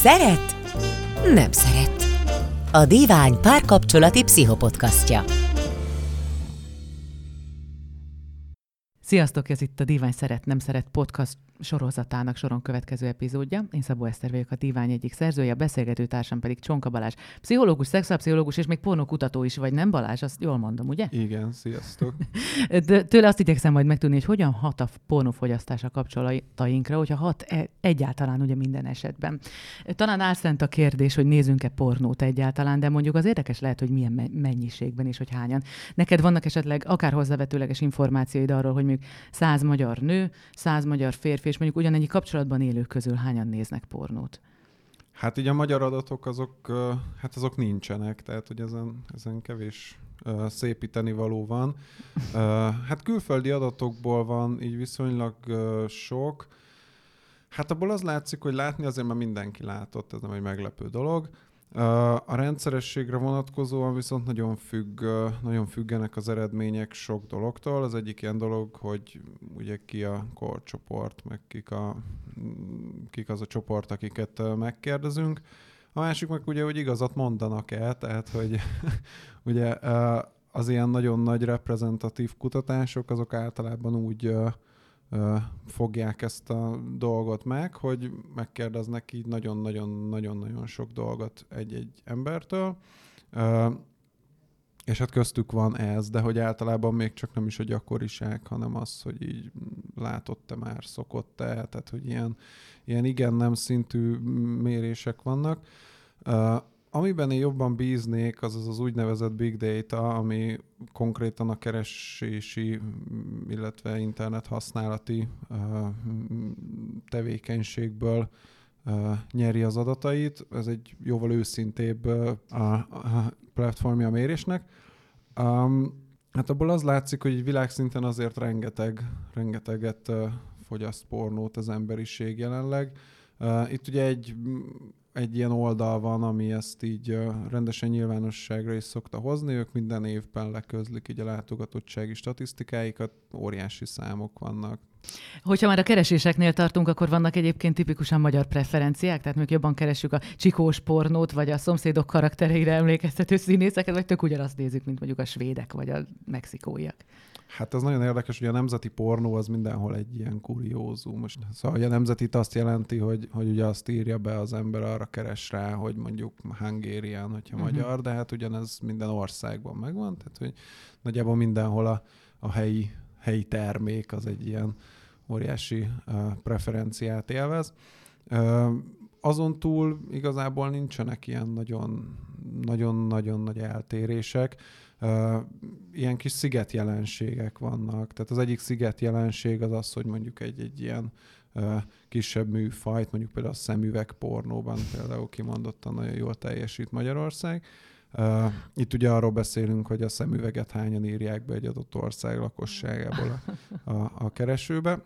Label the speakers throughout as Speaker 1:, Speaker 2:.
Speaker 1: Szeret? Nem szeret. A Divány párkapcsolati pszichopodcastja.
Speaker 2: Sziasztok, ez itt a Divány Szeret-Nem Szeret podcast sorozatának soron következő epizódja. Én Szabó Eszter vagyok, a Divány egyik szerzője, a beszélgető társam pedig Csonka Balázs. Pszichológus, szexuálpszichológus és még pornókutató is vagy, nem Balázs? Azt jól mondom, ugye?
Speaker 3: Igen, sziasztok.
Speaker 2: Tőle azt igyekszem majd megtudni, hogy hogyan hat a pornófogyasztás a kapcsolatainkra, hogyha hat egyáltalán ugye minden esetben. Talán álszent a kérdés, hogy nézzünk-e pornót egyáltalán, de mondjuk az érdekes lehet, hogy milyen mennyiségben és hogy hányan. Neked vannak esetleg akár hozzávetőleges információid arról, hogy mondjuk 100 magyar nő, 100 magyar férfi, és mondjuk ugyanennyi kapcsolatban élők közül hányan néznek pornót?
Speaker 3: Hát így a magyar adatok azok nincsenek, tehát hogy ezen kevés szépíteni való van. Hát külföldi adatokból van így viszonylag sok. Hát abból az látszik, hogy látni azért már mindenki látott, ez nem egy meglepő dolog. A rendszerességre vonatkozóan viszont nagyon függenek az eredmények sok dologtól. Az egyik ilyen dolog, hogy ugye ki a korcsoport, meg kik az a csoport, akiket megkérdezünk. A másik meg ugye, hogy igazat mondanak-e, tehát hogy ugye az ilyen nagyon nagy reprezentatív kutatások, azok általában úgy fogják ezt a dolgot meg, hogy megkérdeznek így nagyon-nagyon sok dolgot egy-egy embertől, és hát köztük van ez, de hogy általában még csak nem is a gyakoriság, hanem az, hogy így látott-e már, szokott-e, tehát hogy ilyen igen-nem szintű mérések vannak. Amiben én jobban bíznék, az az úgynevezett big data, ami konkrétan a keresési, illetve internet használati tevékenységből nyeri az adatait. Ez egy jóval őszintébb a platformja a mérésnek. Hát abból az látszik, hogy világszinten azért rengeteget fogyaszt pornót az emberiség jelenleg. Itt ugye egy ilyen oldal van, ami ezt így rendesen nyilvánosságra is szokta hozni. Ők minden évben leközlik így a látogatottsági statisztikáikat, óriási számok vannak.
Speaker 2: Hogyha már a kereséseknél tartunk, akkor vannak egyébként tipikusan magyar preferenciák? Tehát mondjuk jobban keressük a csikós pornót, vagy a szomszédok karaktereire emlékeztető színészeket, vagy tök ugyanazt nézzük, mint mondjuk a svédek, vagy a mexikóiak?
Speaker 3: Hát ez nagyon érdekes, hogy a nemzeti pornó az mindenhol egy ilyen kuriózum. Szóval a nemzetit azt jelenti, hogy ugye azt írja be az ember, arra keres rá, hogy mondjuk Hungarian, hogyha magyar, de hát ugyanez minden országban megvan, tehát hogy nagyjából mindenhol a helyi termék az egy ilyen óriási preferenciát élvez. Azon túl igazából nincsenek ilyen nagyon nagy eltérések. Ilyen kis szigetjelenségek vannak. Tehát az egyik szigetjelenség az, hogy mondjuk egy ilyen kisebb műfajt, mondjuk például a szemüveg pornóban például kimondottan nagyon jól teljesít Magyarország. Itt ugye arról beszélünk, hogy a szemüveget hányan írják be egy adott ország lakosságából a keresőbe.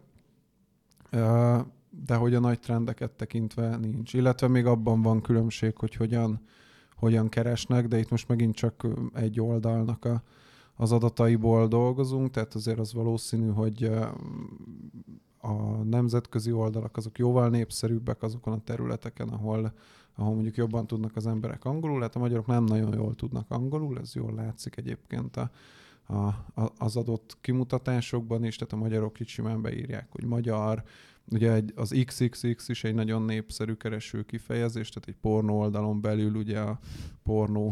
Speaker 3: De hogy a nagy trendeket tekintve nincs. Illetve még abban van különbség, hogy hogyan keresnek, de itt most megint csak egy oldalnak az adataiból dolgozunk, tehát azért az valószínű, hogy a nemzetközi oldalak azok jóval népszerűbbek azokon a területeken, ahol mondjuk jobban tudnak az emberek angolul, hát a magyarok nem nagyon jól tudnak angolul, ez jól látszik egyébként az adott kimutatásokban is, tehát a magyarok itt simán beírják, hogy magyar. Ugye az XXX is egy nagyon népszerű kereső kifejezés, tehát egy pornó oldalon belül ugye a pornó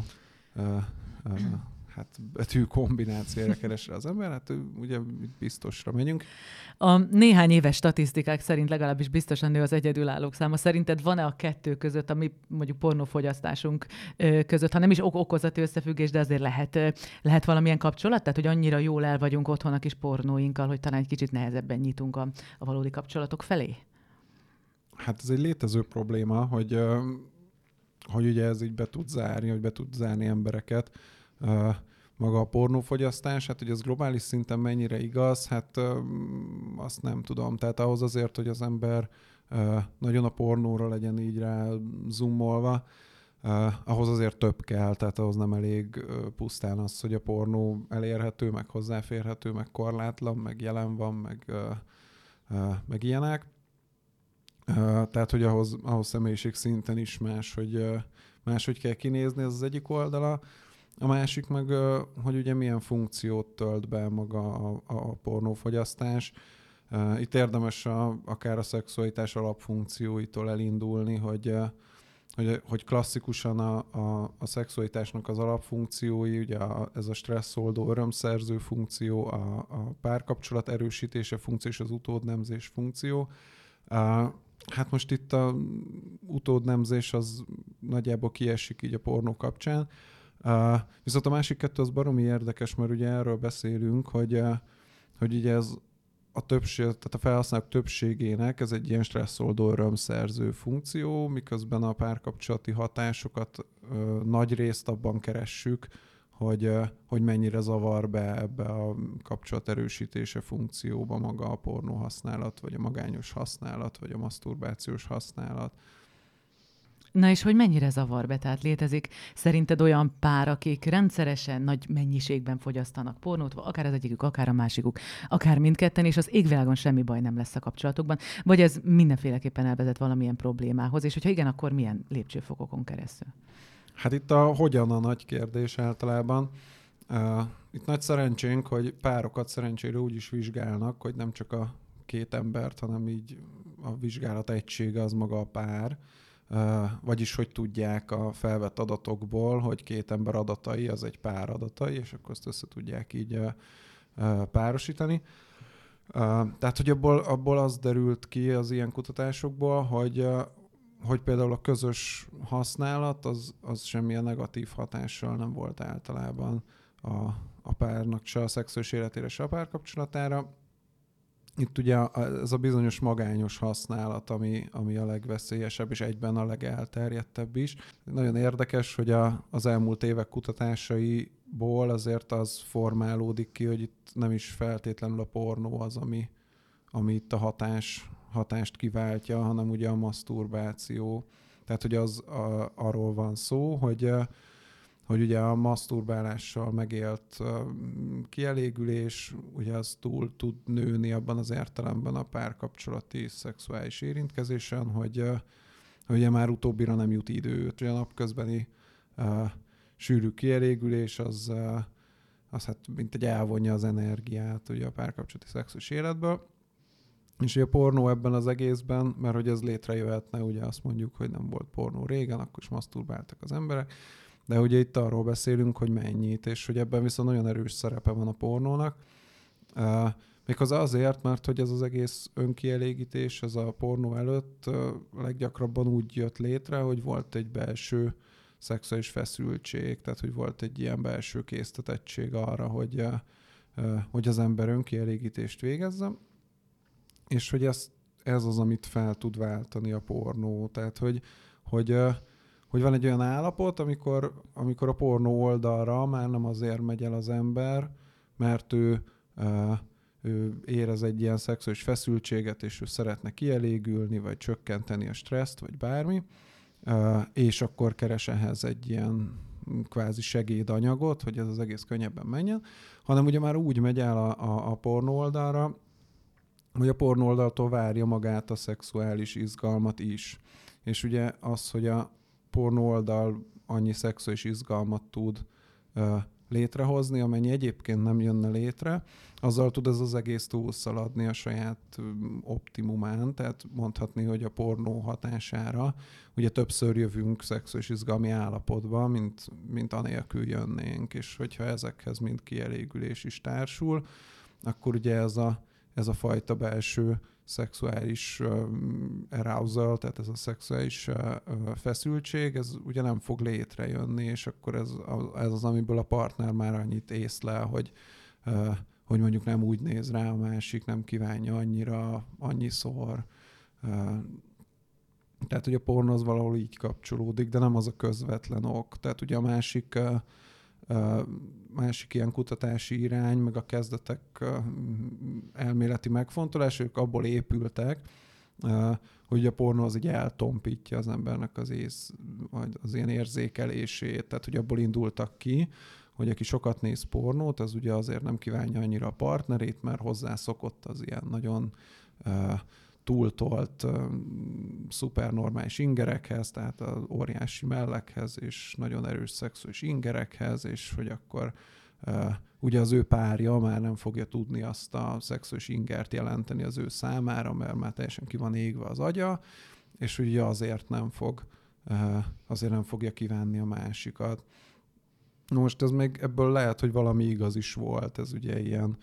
Speaker 3: betű kombinációra keresre az ember, hát ugye biztosra megyünk.
Speaker 2: A néhány éves statisztikák szerint legalábbis biztosan nő az egyedülállók száma. Szerinted van-e a kettő között, ami mondjuk pornófogyasztásunk között, ha nem is okozati összefüggés, de azért lehet valamilyen kapcsolat? Tehát, hogy annyira jól el vagyunk otthon a kis pornóinkkal, hogy talán egy kicsit nehezebben nyitunk a valódi kapcsolatok felé?
Speaker 3: Hát ez egy létező probléma, hogy ugye ez így be tud zárni embereket. Maga a pornófogyasztás, hát hogy ez globális szinten mennyire igaz, hát azt nem tudom. Tehát ahhoz azért, hogy az ember nagyon a pornóra legyen így rá zoomolva, ahhoz azért több kell, tehát ahhoz nem elég pusztán az, hogy a pornó elérhető, meg hozzáférhető, meg korlátlan, meg jelen van, meg ilyenek. Tehát, hogy ahhoz személyiség szinten is máshogy kell kinézni, ez az egyik oldala. A másik meg, hogy ugye milyen funkciót tölt be maga a pornófogyasztás. Itt érdemes akár a szexualitás alapfunkcióitól elindulni, hogy klasszikusan a szexualitásnak az alapfunkciói, ugye ez a stresszoldó, örömszerző funkció, a párkapcsolat erősítése funkció és az utódnemzés funkció. Hát most itt a utódnemzés az nagyjából kiesik így a pornó kapcsán. Viszont a másik kettő az baromi érdekes, mert ugye erről beszélünk, hogy ugye ez a többség, tehát a felhasználók többségének ez egy ilyen stresszoldó örömszerző funkció, miközben a párkapcsolati hatásokat nagy részt abban keressük, hogy mennyire zavar be ebbe a kapcsolaterősítése funkcióba maga a pornó használat, vagy a magányos használat, vagy a maszturbációs használat.
Speaker 2: Na és hogy mennyire zavar be? Tehát létezik szerinted olyan pár, akik rendszeresen nagy mennyiségben fogyasztanak pornót, akár az egyikük, akár a másikuk, akár mindketten, és az égvilágon semmi baj nem lesz a kapcsolatokban, vagy ez mindenféleképpen elvezet valamilyen problémához, és hogyha igen, akkor milyen lépcsőfokokon keresztül?
Speaker 3: Hát itt a hogyan a nagy kérdés általában. Itt nagy szerencsénk, hogy párokat szerencsére úgy is vizsgálnak, hogy nem csak a két embert, hanem így a vizsgálat egysége az maga a pár. Vagyis, hogy tudják a felvett adatokból, hogy két ember adatai, az egy pár adatai, és akkor ezt össze tudják így párosítani. Tehát, hogy abból az derült ki az ilyen kutatásokból, hogy például a közös használat az semmilyen negatív hatással nem volt általában a párnak, se a szexuális életére, se a párkapcsolatára. Itt ugye ez a bizonyos magányos használat, ami a legveszélyesebb, és egyben a legelterjedtebb is. Nagyon érdekes, hogy az elmúlt évek kutatásaiból azért az formálódik ki, hogy itt nem is feltétlenül a pornó az, ami itt a hatást kiváltja, hanem ugye a maszturbáció. Tehát, hogy arról van szó, hogy ugye a maszturbálással megélt kielégülés, ugye az túl tud nőni abban az értelemben a párkapcsolati szexuális érintkezésen, hogy ugye már utóbbira nem jut idő. Ugye a napközbeni sűrű kielégülés az hát mint egy elvonja az energiát ugye a párkapcsolati szexuális életből. És ugye a pornó ebben az egészben, mert hogy ez létrejöhetne, ugye azt mondjuk, hogy nem volt pornó régen, akkor is maszturbáltak az emberek, de ugye itt arról beszélünk, hogy mennyit, és hogy ebben viszont nagyon erős szerepe van a pornónak. Méghozzá azért, mert hogy ez az egész önkielégítés, ez a pornó előtt leggyakrabban úgy jött létre, hogy volt egy belső szexuális feszültség, tehát hogy volt egy ilyen belső késztetettség arra, hogy az ember önkielégítést végezze, és hogy ez az, amit fel tud váltani a pornó. Tehát, hogy van egy olyan állapot, amikor a pornó oldalra már nem azért megy el az ember, mert ő érez egy ilyen szexuális feszültséget, és ő szeretne kielégülni, vagy csökkenteni a stresszt, vagy bármi, és akkor keres ehhez egy ilyen kvázi segédanyagot, hogy ez az egész könnyebben menjen, hanem ugye már úgy megy el a pornó oldalra, hogy a pornó oldaltól várja magát a szexuális izgalmat is. És ugye az, hogy a pornó oldal annyi szexuális izgalmat tud létrehozni, amennyi egyébként nem jönne létre, azzal tud ez az egész túlszaladni a saját optimumán, tehát mondhatni, hogy a pornó hatására ugye többször jövünk szexuális izgalmi állapotba, mint anélkül jönnénk, és hogyha ezekhez mind kielégülés is társul, akkor ugye ez a fajta belső szexuális arousal, tehát ez a szexuális feszültség, ez ugye nem fog létrejönni, és akkor ez az, amiből a partner már annyit észlel, hogy mondjuk nem úgy néz rá a másik, nem kívánja annyiszor. Tehát, hogy a pornó az valahol így kapcsolódik, de nem az a közvetlen ok. Tehát ugye a másik ilyen kutatási irány, meg a kezdetek elméleti megfontolás, ők abból épültek, hogy a pornó az így eltompítja az embernek az ilyen érzékelését, tehát hogy abból indultak ki, hogy aki sokat néz pornót, az ugye azért nem kívánja annyira a partnerét, mert hozzászokott az ilyen nagyon túltolt, szupernormális ingerekhez, tehát az óriási mellekhez, és nagyon erős szexuális ingerekhez, és hogy akkor ugye az ő párja már nem fogja tudni azt a szexuális ingert jelenteni az ő számára, mert már teljesen ki van égve az agya, és ugye azért nem fogja kívánni a másikat. Most ez még ebből lehet, hogy valami igaz is volt, ez ugye ilyen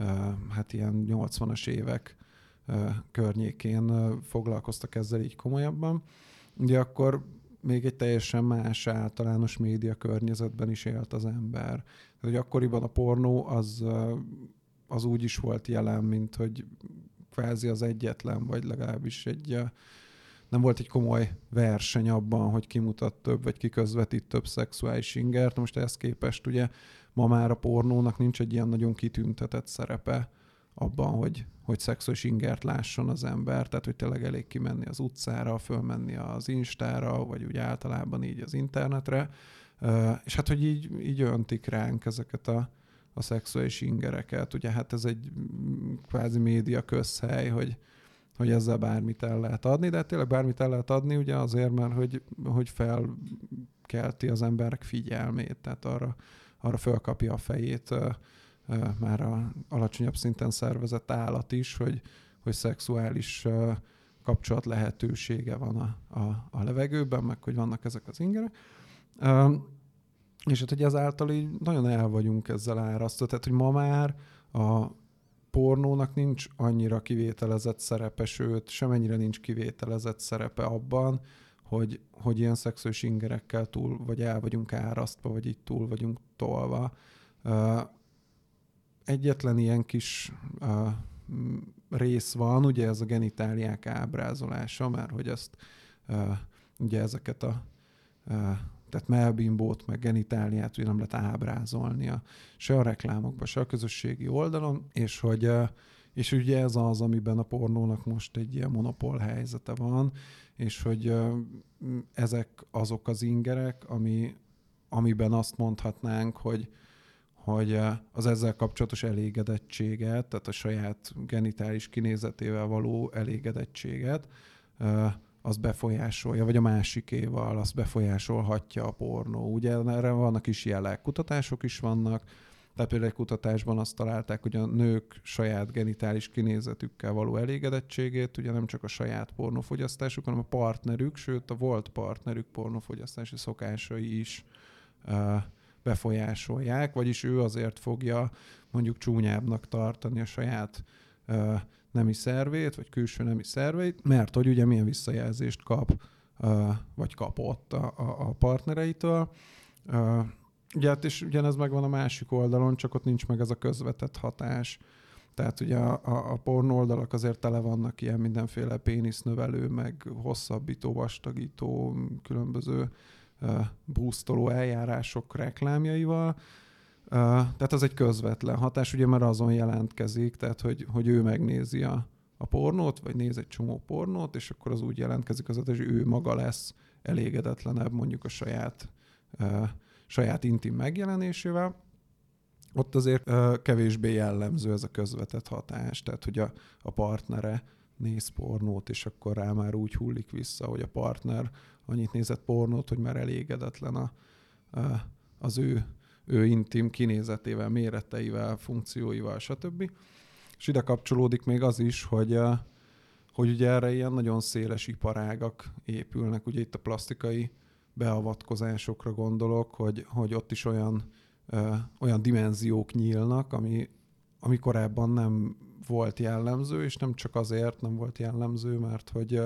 Speaker 3: 80-as évek környékén foglalkoztak ezzel így komolyabban. Ugye akkor még egy teljesen más általános média környezetben is élt az ember. Tehát, hogy akkoriban a pornó az úgy is volt jelen, mint hogy kvázi az egyetlen, vagy legalábbis nem volt egy komoly verseny abban, hogy ki mutat több, vagy ki közvetít több szexuális ingert. Most ehhez képest ugye ma már a pornónak nincs egy ilyen nagyon kitüntetett szerepe abban, hogy szexuális ingert lásson az ember, tehát hogy tényleg elég kimenni az utcára, fölmenni az Instára, vagy úgy általában így az internetre, és hát, hogy így öntik ránk ezeket a szexuális ingereket. Ugye hát ez egy kvázi média közhely, hogy ezzel bármit el lehet adni, de tényleg bármit el lehet adni, ugye azért, mert hogy felkelti az emberek figyelmét, tehát arra fölkapja a fejét már a alacsonyabb szinten szervezett állat is, hogy szexuális kapcsolat lehetősége van a levegőben, meg hogy vannak ezek az ingerek. És hát, hogy ezáltal így nagyon el vagyunk ezzel árasztva. Tehát, hogy ma már a pornónak nincs annyira kivételezett szerepe, sőt, semennyire nincs kivételezett szerepe abban, hogy ilyen szexuális ingerekkel túl, vagy el vagyunk árasztva, vagy így túl vagyunk tolva. Egyetlen ilyen kis rész van, ugye ez a genitáliák ábrázolása, mert hogy ezt ugye ezeket tehát mellbimbót, meg genitáliát ugye nem lehet ábrázolni se a reklámokban, se a közösségi oldalon, és ugye ez az, amiben a pornónak most egy ilyen monopól helyzete van, és hogy ezek azok az ingerek, amiben azt mondhatnánk, hogy az ezzel kapcsolatos elégedettséget, tehát a saját genitális kinézetével való elégedettséget, az befolyásolja, vagy a másikéval azt befolyásolhatja a pornó. Ugye erre vannak is jelek, kutatások is vannak, tehát például egy kutatásban azt találták, hogy a nők saját genitális kinézetükkel való elégedettségét, ugye nem csak a saját pornófogyasztásuk, hanem a partnerük, sőt a volt partnerük pornófogyasztási szokásai is befolyásolják, vagyis ő azért fogja mondjuk csúnyábbnak tartani a saját nemi szervét, vagy külső nemi szerveit, mert hogy ugye milyen visszajelzést kap, vagy kapott a partnereitől. Ugye hát és ugyanez megvan a másik oldalon, csak ott nincs meg ez a közvetett hatás. Tehát ugye a pornó oldalak azért tele vannak ilyen mindenféle pénisznövelő, meg hosszabbító, vastagító, különböző boostoló eljárások reklámjaival. Tehát az egy közvetlen hatás, ugye mert azon jelentkezik, tehát hogy ő megnézi a pornót, vagy néz egy csomó pornót, és akkor az úgy jelentkezik az hatás, hogy ő maga lesz elégedetlenebb mondjuk a saját intim megjelenésével. Ott azért kevésbé jellemző ez a közvetett hatás, tehát hogy a partnere néz pornót, és akkor rá már úgy hullik vissza, hogy a partner annyit nézett pornót, hogy már elégedetlen az ő intim kinézetével, méreteivel, funkcióival, stb. És ide kapcsolódik még az is, hogy ugye erre ilyen nagyon széles iparágak épülnek. Ugye itt a plastikai beavatkozásokra gondolok, hogy ott is olyan dimenziók nyílnak, ami korábban nem volt jellemző, és nem csak azért nem volt jellemző, mert hogy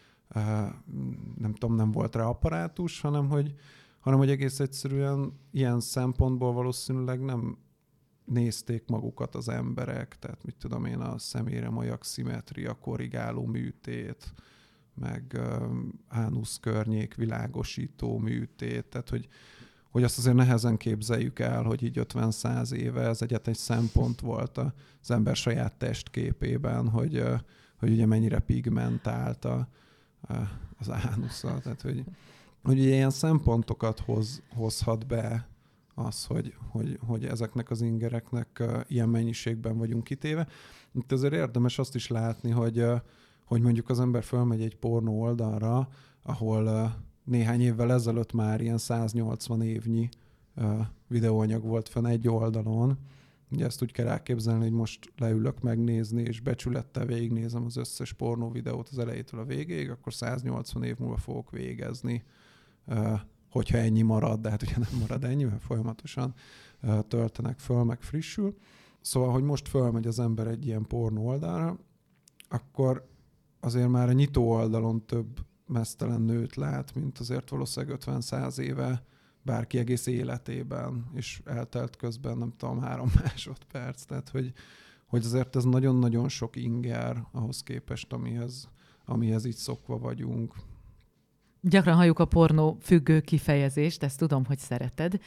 Speaker 3: nem volt rá apparátus, hanem hogy egész egyszerűen ilyen szempontból valószínűleg nem nézték magukat az emberek, tehát mit tudom én, a szeméremajak szimmetria korrigáló műtét, meg ánusz környék világosító műtét, tehát hogy azt azért nehezen képzeljük el, hogy így 50-100 éve ez egyetlen egy szempont volt az ember saját testképében, hogy ugye mennyire pigmentált az ánusza, tehát hogy ugye ilyen szempontokat hozhat be az, hogy ezeknek az ingereknek ilyen mennyiségben vagyunk kitéve. Itt azért érdemes azt is látni, hogy hogy mondjuk az ember fölmegy egy pornó oldalra, ahol néhány évvel ezelőtt már ilyen 180 évnyi videóanyag volt fenn egy oldalon. Ugye ezt úgy kell elképzelni, hogy most leülök megnézni, és becsülettel végignézem az összes pornó videót az elejétől a végéig, akkor 180 év múlva fogok végezni, hogyha ennyi marad, de hát ugye nem marad ennyi, mert folyamatosan töltenek föl, meg frissül. Szóval, hogy most fölmegy az ember egy ilyen pornó oldalra, akkor azért már a nyitó oldalon több meztelen nőt lát, mint azért valószínűleg 50-100 éve bárki egész életében, és eltelt közben, nem tudom, 3 másodperc. Tehát, hogy azért ez nagyon-nagyon sok inger ahhoz képest, amihez így szokva vagyunk.
Speaker 2: Gyakran halljuk a pornó függő kifejezést, ezt tudom, hogy szereted.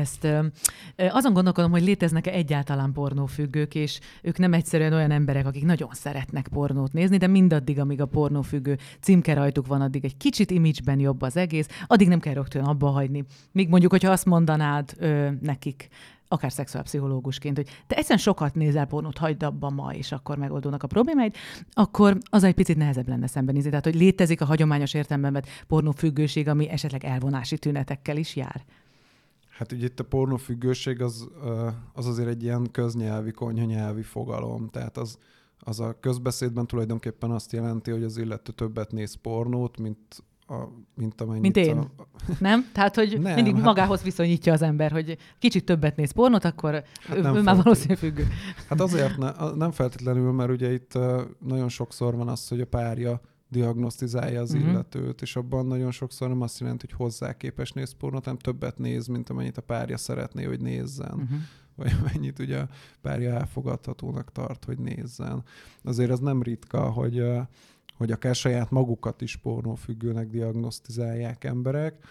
Speaker 2: Azon gondolkodom, hogy léteznek-e egyáltalán pornófüggők, és ők nem egyszerűen olyan emberek, akik nagyon szeretnek pornót nézni, de mindaddig, amíg a pornófüggő címke rajtuk van, addig egy kicsit image-ben jobb az egész, addig nem kell rögtön abba hagyni. Míg mondjuk, hogyha azt mondanád nekik, akár szexuálpszichológusként, hogy te egyszerűen sokat nézel pornót, hagyd abba ma, és akkor megoldódnak a problémáid, akkor az egy picit nehezebb lenne szembenézni. Tehát, hogy létezik a hagyományos értelemben vett pornófüggőség, ami esetleg elvonási tünetekkel is jár.
Speaker 3: Hát ugye itt a pornófüggőség az azért egy ilyen köznyelvi, konyhanyelvi fogalom. Tehát az a közbeszédben tulajdonképpen azt jelenti, hogy az illető többet néz pornót, mint amennyit...
Speaker 2: Mint én. Nem? Tehát, hogy
Speaker 3: nem,
Speaker 2: mindig magához viszonyítja az ember, hogy kicsit többet néz pornót, akkor ő már valószínűleg függő.
Speaker 3: Hát azért nem feltétlenül, mert ugye itt nagyon sokszor van az, hogy a párja diagnosztizálja az illetőt, és abban nagyon sokszor nem azt jelenti, hogy hozzá képes néz pornót, hanem többet néz, mint amennyit a párja szeretné, hogy nézzen. Vagy amennyit ugye a párja elfogadhatónak tart, hogy nézzen. Azért az nem ritka, hogy akár saját magukat is pornófüggőnek diagnosztizálják emberek,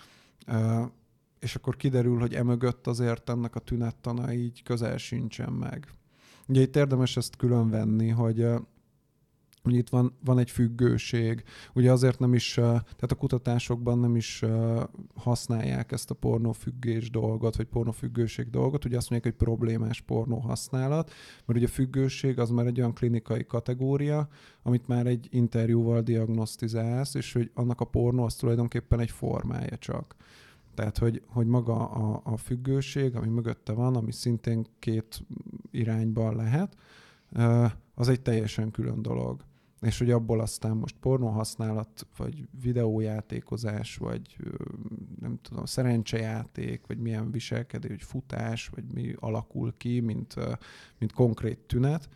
Speaker 3: és akkor kiderül, hogy emögött azért ennek a tünettana így közel sincsen meg. Ugye itt érdemes ezt külön venni, hogy itt van egy függőség. Ugye azért nem is, tehát a kutatásokban nem is használják ezt a pornófüggés dolgot, vagy pornófüggőség dolgot. Ugye azt mondják, hogy problémás pornó használat, mert ugye a függőség az már egy olyan klinikai kategória, amit már egy interjúval diagnosztizálsz, és hogy annak a pornó az tulajdonképpen egy formája csak. Tehát, hogy maga a függőség, ami mögötte van, ami szintén két irányban lehet, az egy teljesen külön dolog. És hogy abból aztán most pornóhasználat, vagy videójátékozás, vagy nem tudom, szerencsejáték, vagy milyen viselkedés, vagy futás, vagy mi alakul ki, mint konkrét tünet,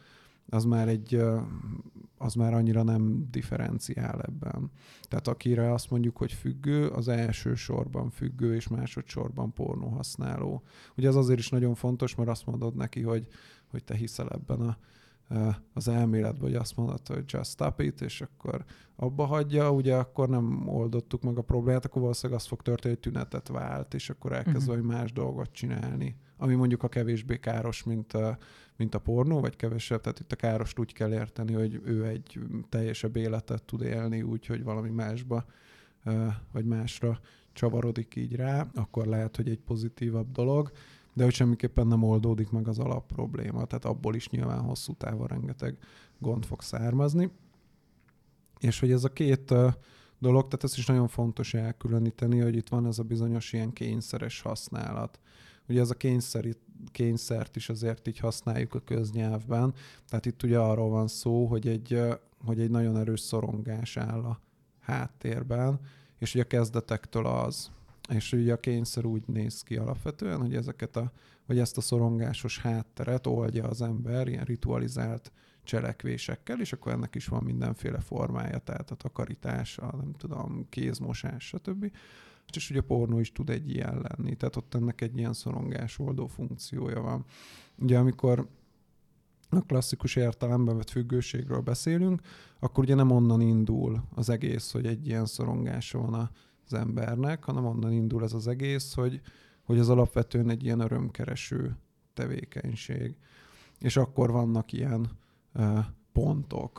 Speaker 3: az már annyira nem differenciál ebben. Tehát akire azt mondjuk, hogy függő, az elsősorban függő, és másodszorban pornóhasználó. Ugye ez azért is nagyon fontos, mert azt mondod neki, hogy te hiszel ebben az elméletben, hogy azt mondod, hogy just stop it, és akkor abba hagyja, ugye akkor nem oldottuk meg a problémát, akkor valószínűleg az fog történni, hogy tünetet vált, és akkor elkezd vagy más dolgot csinálni. Ami mondjuk a kevésbé káros, mint a pornó, vagy kevesebb, tehát itt a károst úgy kell érteni, hogy ő egy teljesebb életet tud élni úgy, hogy valami másba, vagy másra csavarodik így rá, akkor lehet, hogy egy pozitívabb dolog, de hogy semmiképpen nem oldódik meg az alapprobléma, tehát abból is nyilván hosszú távon rengeteg gond fog származni. És hogy ez a két dolog, tehát ez is nagyon fontos elkülöníteni, hogy itt van ez a bizonyos ilyen kényszeres használat. Ugye ez a kényszert is azért így használjuk a köznyelvben, tehát itt ugye arról van szó, hogy egy nagyon erős szorongás áll a háttérben, és ugye a kezdetektől az. És ugye a kényszer úgy néz ki alapvetően, hogy ezt a szorongásos hátteret oldja az ember ilyen ritualizált cselekvésekkel, és akkor ennek is van mindenféle formája, tehát a takarítás, nem tudom, kézmosás, stb. És ugye a pornó is tud egy ilyen lenni, tehát ott ennek egy ilyen szorongásoldó funkciója van. Ugye amikor a klasszikus értelemben vett függőségről beszélünk, akkor ugye nem onnan indul az egész, hogy egy ilyen szorongása van az embernek, hanem onnan indul ez az egész, hogy az alapvetően egy ilyen örömkereső tevékenység. És akkor vannak ilyen pontok,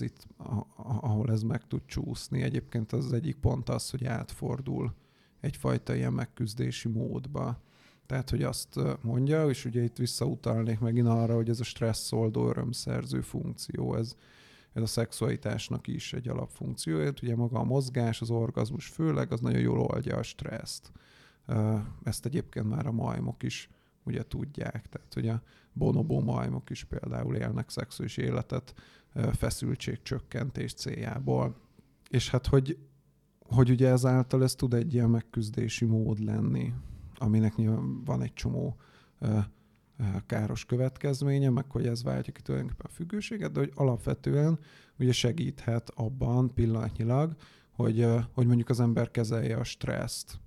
Speaker 3: ahol ez meg tud csúszni. Egyébként az egyik pont az, hogy átfordul egyfajta ilyen megküzdési módba. Tehát, hogy azt mondja, és ugye itt visszautalnék megint arra, hogy ez a stresszoldó örömszerző funkció, ez a szexualitásnak is egy alapfunkciója. Ugye maga a mozgás, az orgazmus főleg, az nagyon jól oldja a stresszt. Ezt egyébként már a majmok is ugye tudják. Tehát ugye a bonobó majmok is például élnek szexuális életet feszültségcsökkentés céljából. És hát, hogy ugye ezáltal ez tud egy ilyen megküzdési mód lenni, aminek nyilván van egy csomó káros következménye, meg hogy ez váltja ki tulajdonképpen a függőséget, de hogy alapvetően ugye segíthet abban pillanatnyilag, hogy mondjuk az ember kezelje a stresszt.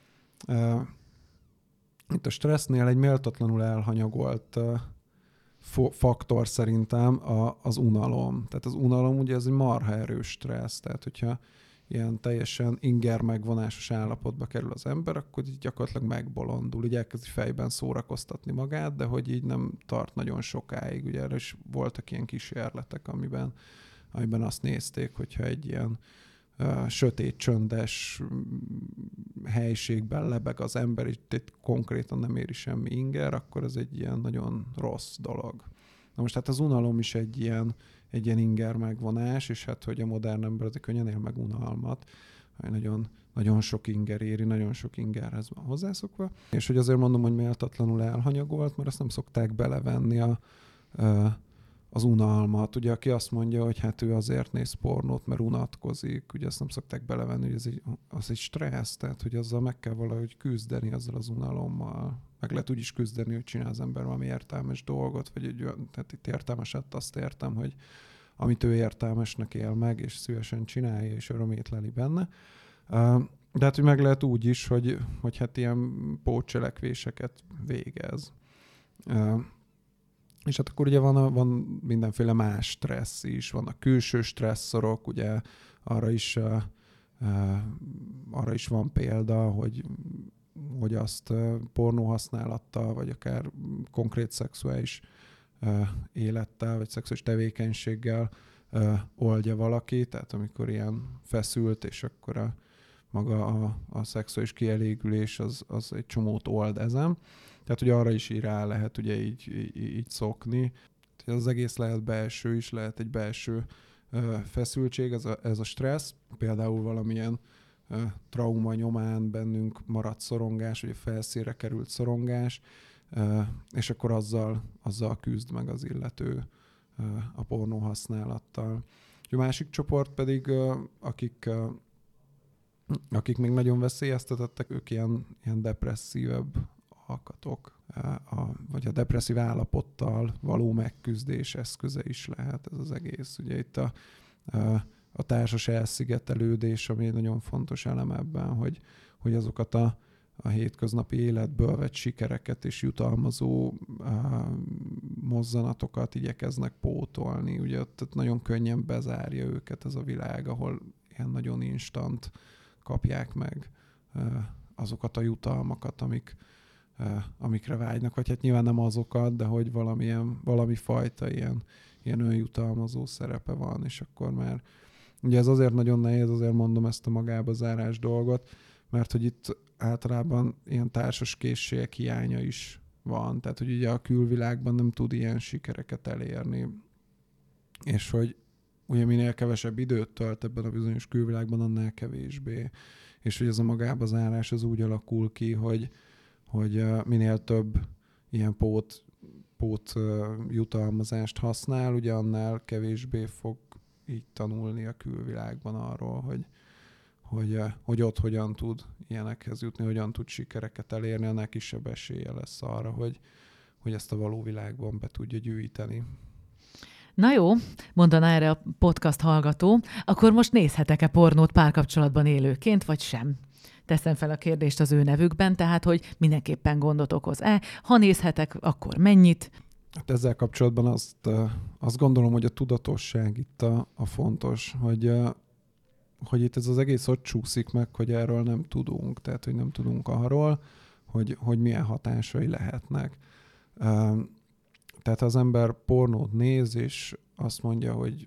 Speaker 3: Itt a stressznél egy méltatlanul elhanyagolt faktor szerintem az unalom. Tehát az unalom ugye ez egy marha erős stressz, tehát hogyha ilyen teljesen inger megvonásos állapotba kerül az ember, akkor így gyakorlatilag megbolondul, így elkezdi fejben szórakoztatni magát, de hogy így nem tart nagyon sokáig. Ugye erre is voltak ilyen kísérletek, amiben azt nézték, hogyha egy ilyen sötét, csöndes helyiségben lebeg az ember, és konkrétan nem éri semmi inger, akkor ez egy ilyen nagyon rossz dolog. Na most hát az unalom is egy ilyen inger megvonás, és hát, hogy a modern ember azért könnyen él meg unalmat, nagyon, nagyon sok inger éri, nagyon sok ingerhez van hozzászokva, és hogy azért mondom, hogy méltatlanul elhanyagolt, mert azt nem szokták belevenni az unalmat. Ugye aki azt mondja, hogy hát ő azért néz pornót, mert unatkozik, ugye azt nem szokták belevenni, hogy az egy stressz, tehát hogy azzal meg kell valahogy küzdeni, azzal az unalommal. Meg lehet úgy is küzdeni, hogy csinál az ember valami értelmes dolgot, tehát itt értelmeset azt értem, hogy amit ő értelmesnek él meg, és szívesen csinálja, és örömét leli benne. De hát, hogy meg lehet úgy is, hogy hát ilyen pótcselekvéseket végez. És hát akkor ugye van mindenféle más stressz is, vannak külső stresszorok, ugye arra is van példa, hogy azt pornóhasználattal, vagy akár konkrét szexuális élettel, vagy szexuális tevékenységgel oldja valaki, tehát amikor ilyen feszült, és akkor maga a szexuális kielégülés az egy csomót old ezen. Tehát, hogy arra is rá lehet ugye így szokni. Az egész lehet belső is, lehet egy belső feszültség, ez a stressz. Például valamilyen trauma nyomán bennünk maradt szorongás, vagy a felszínre került szorongás, és akkor azzal küzd meg az illető a pornó használattal. A másik csoport pedig, akik még nagyon veszélyeztetettek, ők ilyen depresszívebb alkatok, vagy a depresszív állapottal való megküzdés eszköze is lehet ez az egész. Ugye itt a társas elszigetelődés, ami egy nagyon fontos elem ebben, hogy azokat a hétköznapi életből vett sikereket és jutalmazó mozzanatokat igyekeznek pótolni. Ugye ott nagyon könnyen bezárja őket ez a világ, ahol ilyen nagyon instant kapják meg azokat a jutalmakat, amikre vágynak, vagy hát nyilván nem azokat, de hogy valami fajta ilyen önjutalmazó szerepe van, és akkor már ugye ez azért nagyon nehéz, azért mondom ezt a magába zárás dolgot, mert hogy itt általában ilyen társas készségek hiánya is van, tehát hogy ugye a külvilágban nem tud ilyen sikereket elérni, és hogy ugye minél kevesebb időt tölt ebben a bizonyos külvilágban, annál kevésbé. És hogy ez a magába zárás az úgy alakul ki, hogy minél több ilyen pót jutalmazást használ, ugye annál kevésbé fog így tanulni a külvilágban arról, hogy ott hogyan tud ilyenekhez jutni, hogyan tud sikereket elérni, annál kisebb esélye lesz arra, hogy ezt a való világban be tudja gyűjteni.
Speaker 2: Na jó, mondaná erre a podcast hallgató, akkor most nézhetek-e pornót párkapcsolatban élőként, vagy sem? Teszem fel a kérdést az ő nevükben, tehát, hogy mindenképpen gondot okoz-e? Ha nézhetek, akkor mennyit?
Speaker 3: Hát ezzel kapcsolatban azt gondolom, hogy a tudatosság itt a fontos, hogy itt ez az egész ott csúszik meg, hogy erről nem tudunk, tehát, hogy nem tudunk arról, hogy milyen hatásai lehetnek. Tehát ha az ember pornót néz, és azt mondja, hogy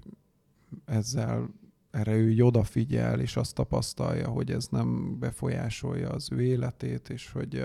Speaker 3: erre ő odafigyel, és azt tapasztalja, hogy ez nem befolyásolja az ő életét, és hogy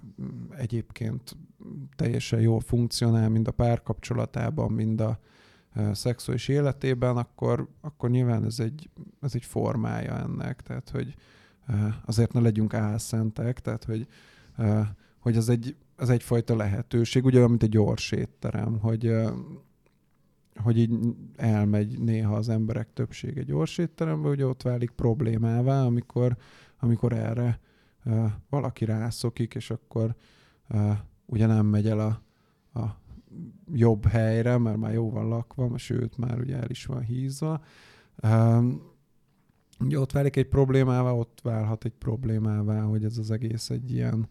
Speaker 3: egyébként teljesen jól funkcionál, mind a párkapcsolatában, mind szexuális életében, akkor nyilván ez egy formája ennek, tehát hogy azért ne legyünk álszentek, tehát hogy ez egyfajta lehetőség, ugye olyan, mint egy gyors étterem, hogy így elmegy néha az emberek többsége gyors étterembe, ugye ott válik problémává, amikor erre valaki rászokik, és akkor ugye nem megy el a jobb helyre, mert már jó van lakva, sőt, már ugye el is van hízva. Ugye ott válik egy problémává, ott válhat egy problémává, hogy ez az egész egy ilyen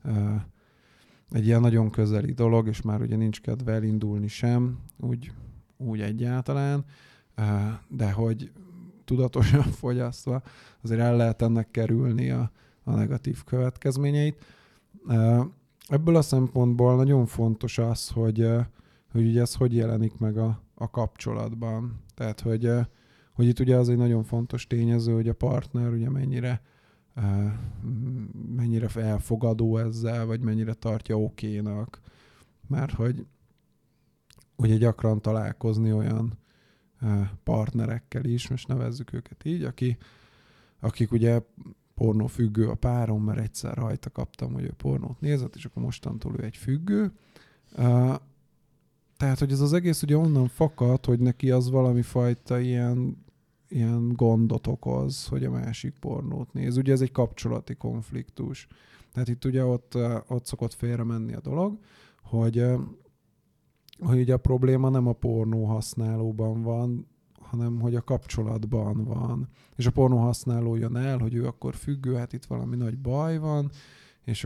Speaker 3: nagyon közeli dolog, és már ugye nincs kedve elindulni sem, úgy egyáltalán, de hogy tudatosan fogyasztva azért el lehet ennek kerülni a negatív következményeit. Ebből a szempontból nagyon fontos az, hogy ugye ez hogy jelenik meg a kapcsolatban. Tehát, hogy itt ugye az egy nagyon fontos tényező, hogy a partner ugye mennyire elfogadó ezzel, vagy mennyire tartja okénak. Mert hogy ugye gyakran találkozni olyan partnerekkel is, most nevezzük őket így, akik ugye pornófüggő a párom, mert egyszer rajta kaptam, hogy ő pornót nézett, és akkor mostantól ő egy függő. Tehát, hogy ez az egész ugye onnan fakad, hogy neki az valami fajta ilyen gondot okoz, hogy a másik pornót néz. Ugye ez egy kapcsolati konfliktus. Tehát itt ugye ott szokott félre menni a dolog, hogy ugye a probléma nem a pornó használóban van, hanem hogy a kapcsolatban van. És a pornó használó jön el, hogy ő akkor függő, hát itt valami nagy baj van, és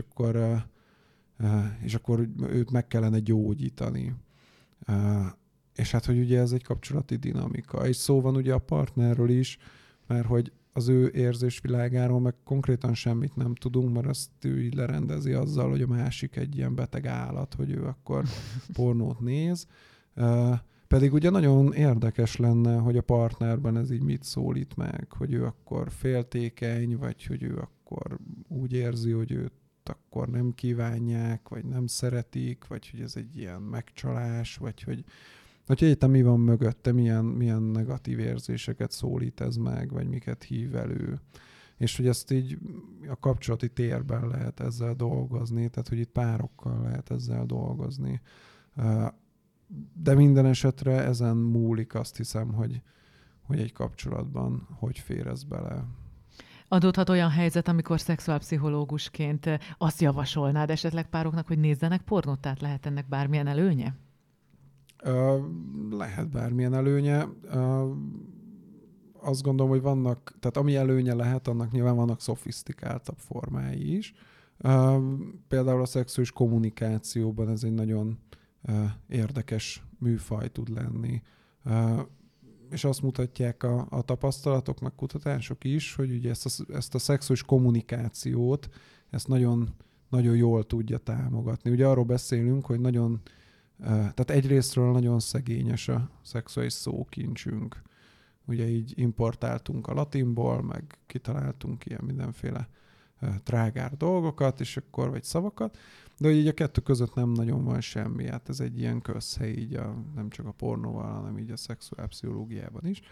Speaker 3: akkor őt meg kellene gyógyítani. És hát, hogy ugye ez egy kapcsolati dinamika. És szó van ugye a partnerről is, mert hogy az ő érzésvilágáról meg konkrétan semmit nem tudunk, mert azt ő így lerendezi azzal, hogy a másik egy ilyen beteg állat, hogy ő akkor pornót néz. Pedig ugye nagyon érdekes lenne, hogy a partnerben ez így mit szólít meg, hogy ő akkor féltékeny, vagy hogy ő akkor úgy érzi, hogy őt akkor nem kívánják, vagy nem szeretik, vagy hogy ez egy ilyen megcsalás, vagy hogy egyáltalán mi van mögötte, milyen negatív érzéseket szólít ez meg, vagy miket hív elő. És hogy ezt így a kapcsolati térben lehet ezzel dolgozni, tehát hogy itt párokkal lehet ezzel dolgozni. De minden esetre ezen múlik, azt hiszem, hogy egy kapcsolatban hogy fér ez bele.
Speaker 2: Adódhat olyan helyzet, amikor szexuálpszichológusként azt javasolnád esetleg pároknak, hogy nézzenek pornót, tehát lehet ennek bármilyen előnye?
Speaker 3: Lehet bármilyen előnye. Azt gondolom, hogy vannak, tehát ami előnye lehet, annak nyilván vannak szofisztikáltabb formái is. Például a szexuális kommunikációban ez egy nagyon érdekes műfaj tud lenni. És azt mutatják a tapasztalatok, meg kutatások is, hogy ugye ezt a szexuális kommunikációt, ezt nagyon, nagyon jól tudja támogatni. Ugye arról beszélünk, hogy tehát egyrésztről nagyon szegényes a szexuális szókincsünk. Ugye így importáltunk a latinból, meg kitaláltunk ilyen mindenféle trágár dolgokat, és akkor vagy szavakat, de így a kettő között nem nagyon van semmi. Hát ez egy ilyen közhely, így nem csak a pornóval, hanem így a szexuálpszichológiában is.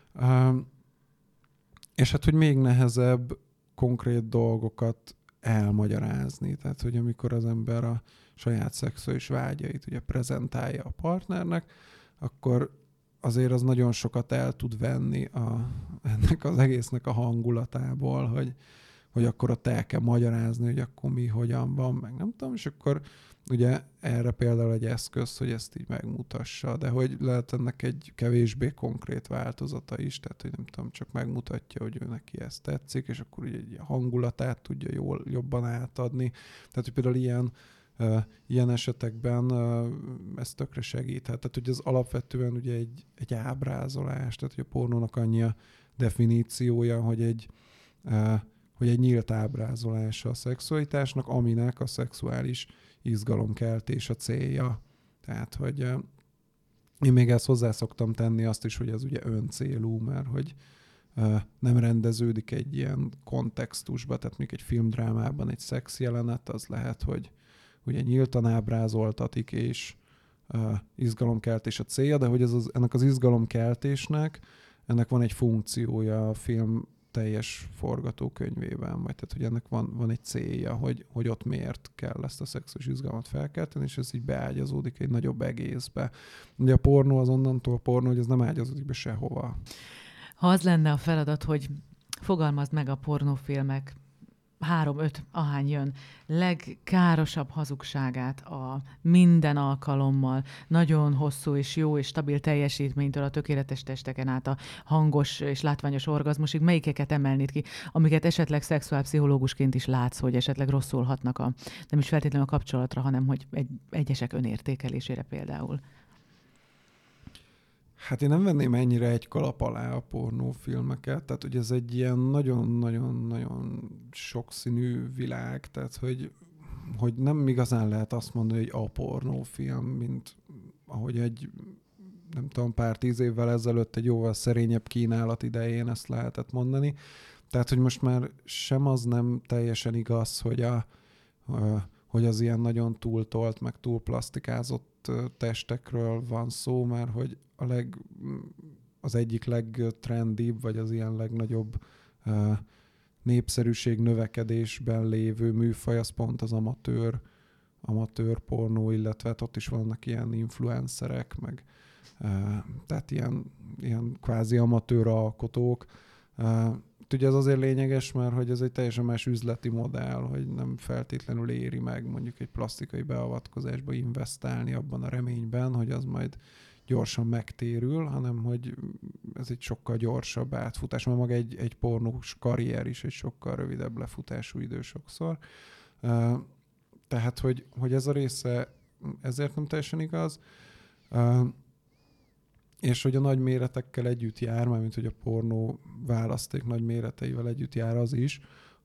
Speaker 3: És hát, hogy még nehezebb konkrét dolgokat elmagyarázni. Tehát, hogy amikor az ember a saját szexuális vágyait ugye prezentálja a partnernek, akkor azért az nagyon sokat el tud venni ennek az egésznek a hangulatából, hogy akkor ott el kell magyarázni, hogy akkor mi, hogyan van, meg nem tudom, és akkor ugye erre például egy eszköz, hogy ezt így megmutassa, de hogy lehet ennek egy kevésbé konkrét változata is, tehát hogy nem tudom, csak megmutatja, hogy ő neki ezt tetszik, és akkor ugye egy hangulatát tudja jobban átadni. Tehát, hogy például ilyen esetekben ez tökre segíthet. Tehát, hogy ez alapvetően ugye egy ábrázolás, tehát, hogy a pornónak annyi a definíciója, hogy egy nyílt ábrázolása a szexualitásnak, aminek a szexuális izgalomkeltés a célja. Tehát, hogy én még ezt hozzá szoktam tenni azt is, hogy ez ugye öncélú, mert hogy nem rendeződik egy ilyen kontextusba, tehát még egy filmdrámában egy szex jelenet, az lehet, hogy ugye nyíltan ábrázoltatik, és izgalomkeltés a célja, de hogy ennek az izgalomkeltésnek ennek van egy funkciója a film teljes forgatókönyvében, vagy tehát, hogy ennek van egy célja, hogy ott miért kell ezt a szexuális izgalmat felkelteni, és ez így beágyazódik egy nagyobb egészbe. Ugye a pornó az onnantól pornó, hogy ez nem ágyazódik be sehova.
Speaker 2: Ha az lenne a feladat, hogy fogalmazd meg a pornófilmek 3-5, ahány jön, legkárosabb hazugságát a minden alkalommal, nagyon hosszú és jó és stabil teljesítménytől a tökéletes testeken át a hangos és látványos orgazmusig, melyikeket emelnéd ki, amiket esetleg szexuálpszichológusként is látsz, hogy esetleg rosszul hatnak nem is feltétlenül a kapcsolatra, hanem hogy egyesek önértékelésére például.
Speaker 3: Hát én nem venném ennyire egy kalap alá a pornófilmeket, tehát hogy ez egy ilyen nagyon-nagyon-nagyon sokszínű világ, tehát hogy nem igazán lehet azt mondani, hogy a pornófilm, mint ahogy nem tudom, pár 10 évvel ezelőtt egy jóval szerényebb kínálat idején ezt lehetett mondani. Tehát, hogy most már sem az nem teljesen igaz, hogy az ilyen nagyon túltolt, meg túlplasztikázott testekről van szó, mert hogy az egyik legtrendibb, vagy az ilyen legnagyobb népszerűség növekedésben lévő műfaj, az pont az amatőr pornó, illetve hát ott is vannak ilyen influencerek, meg tehát ilyen kvázi amatőr alkotók. Ugye ez azért lényeges, mert hogy ez egy teljesen más üzleti modell, hogy nem feltétlenül éri meg mondjuk egy plastikai beavatkozásba investálni abban a reményben, hogy az majd gyorsan megtérül, hanem hogy ez egy sokkal gyorsabb átfutás, mert maga egy pornós karrier is egy sokkal rövidebb lefutású idő sokszor. Tehát, hogy ez a része ezért nem teljesen igaz, és hogy a nagy méretekkel együtt jár, mármint hogy a pornó választék nagy méreteivel együtt jár az is,